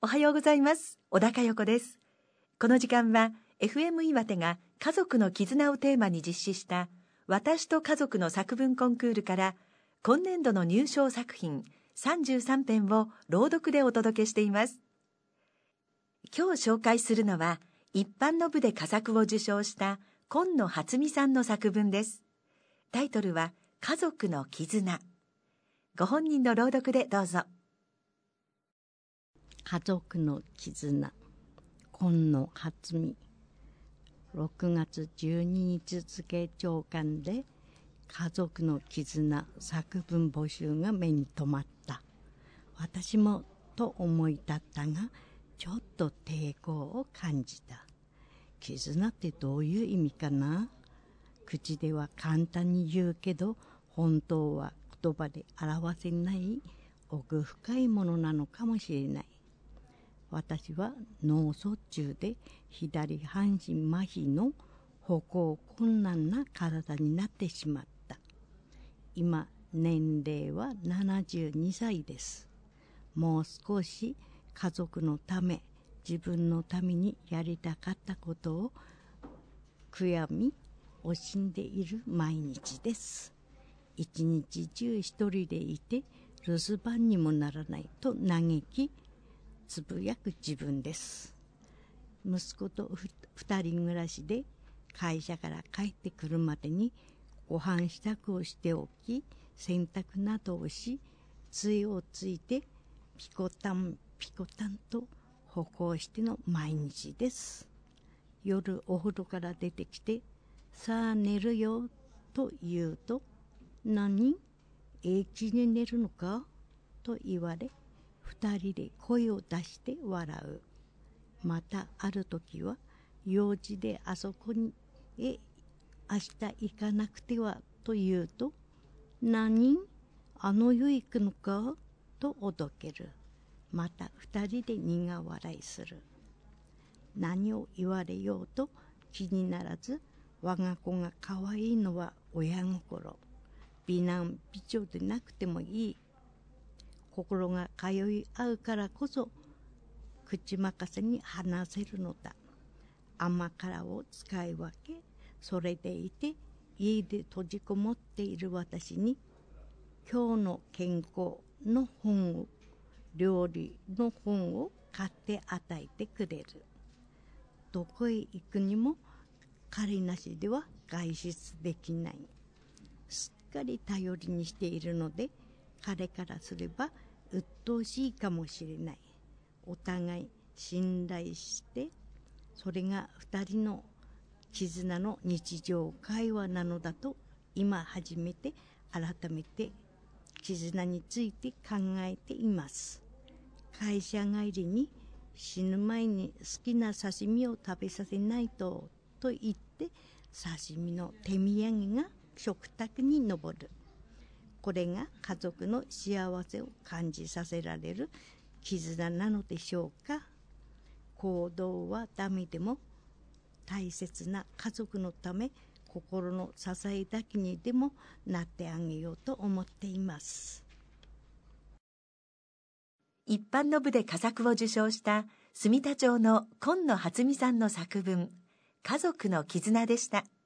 おはようございます。小高代子です。この時間は FM 岩手が家族の絆をテーマに実施した私と家族の作文コンクールから今年度の入賞作品33編を朗読でお届けしています。今日紹介するのは一般の部で佳作を受賞した今野初美さんの作文です。タイトルは家族の絆。ご本人の朗読でどうぞ。 家族の絆、今野初美。6月12日付朝刊で家族の絆作文募集が目に留まった。私もと思い立ったが、ちょっと抵抗を感じた。絆ってどういう意味かな？口では簡単に言うけど、本当は言葉で表せない奥深いものなのかもしれない。私は脳卒中で左半身麻痺の歩行困難な体になってしまった。今、年齢は72歳です。もう少し家族のため、自分のためにやりたかったことを悔やみ、惜しんでいる毎日です。一日中一人でいて留守番にもならないと嘆き、つぶやく自分です。息子と2人暮らしで会社から帰ってくるまでにご飯支度をしておき、洗濯などをし、杖をついてピコタンピコタンと歩行しての毎日です。夜お風呂から出てきて、さあ寝るよと言うと、何？永久に寝るのか？と言われ、2人で声を出して笑う。またある時は、用事であそこに明日行かなくてはと言うと、何？あの世行くのか？とおどける。また2人で苦笑いする。何を言われようと気にならず、我が子が可愛いのは親心。美男美女でなくてもいい。心が通い合うからこそ口任せに話せるのだ。甘辛を使い分け、それでいて家で閉じこもっている私に、今日の健康の本を、料理の本を買って与えてくれる。どこへ行くにも彼なしでは外出できない。すっかり頼りにしているので、彼からすれば鬱陶しいかもしれない。お互い信頼して、それが2人の絆の日常会話なのだと今初めて改めて絆について考えています。会社帰りに死ぬ前に好きな刺身を食べさせないと言って刺身の手土産が食卓に上る。これが家族の幸せを感じさせられる絆なのでしょうか。行動はダメでも大切な家族のため、心の支えだけにでもなってあげようと思っています。 一般の部で佳作を受賞した住田町の今野初美さんの作文、家族の絆でした。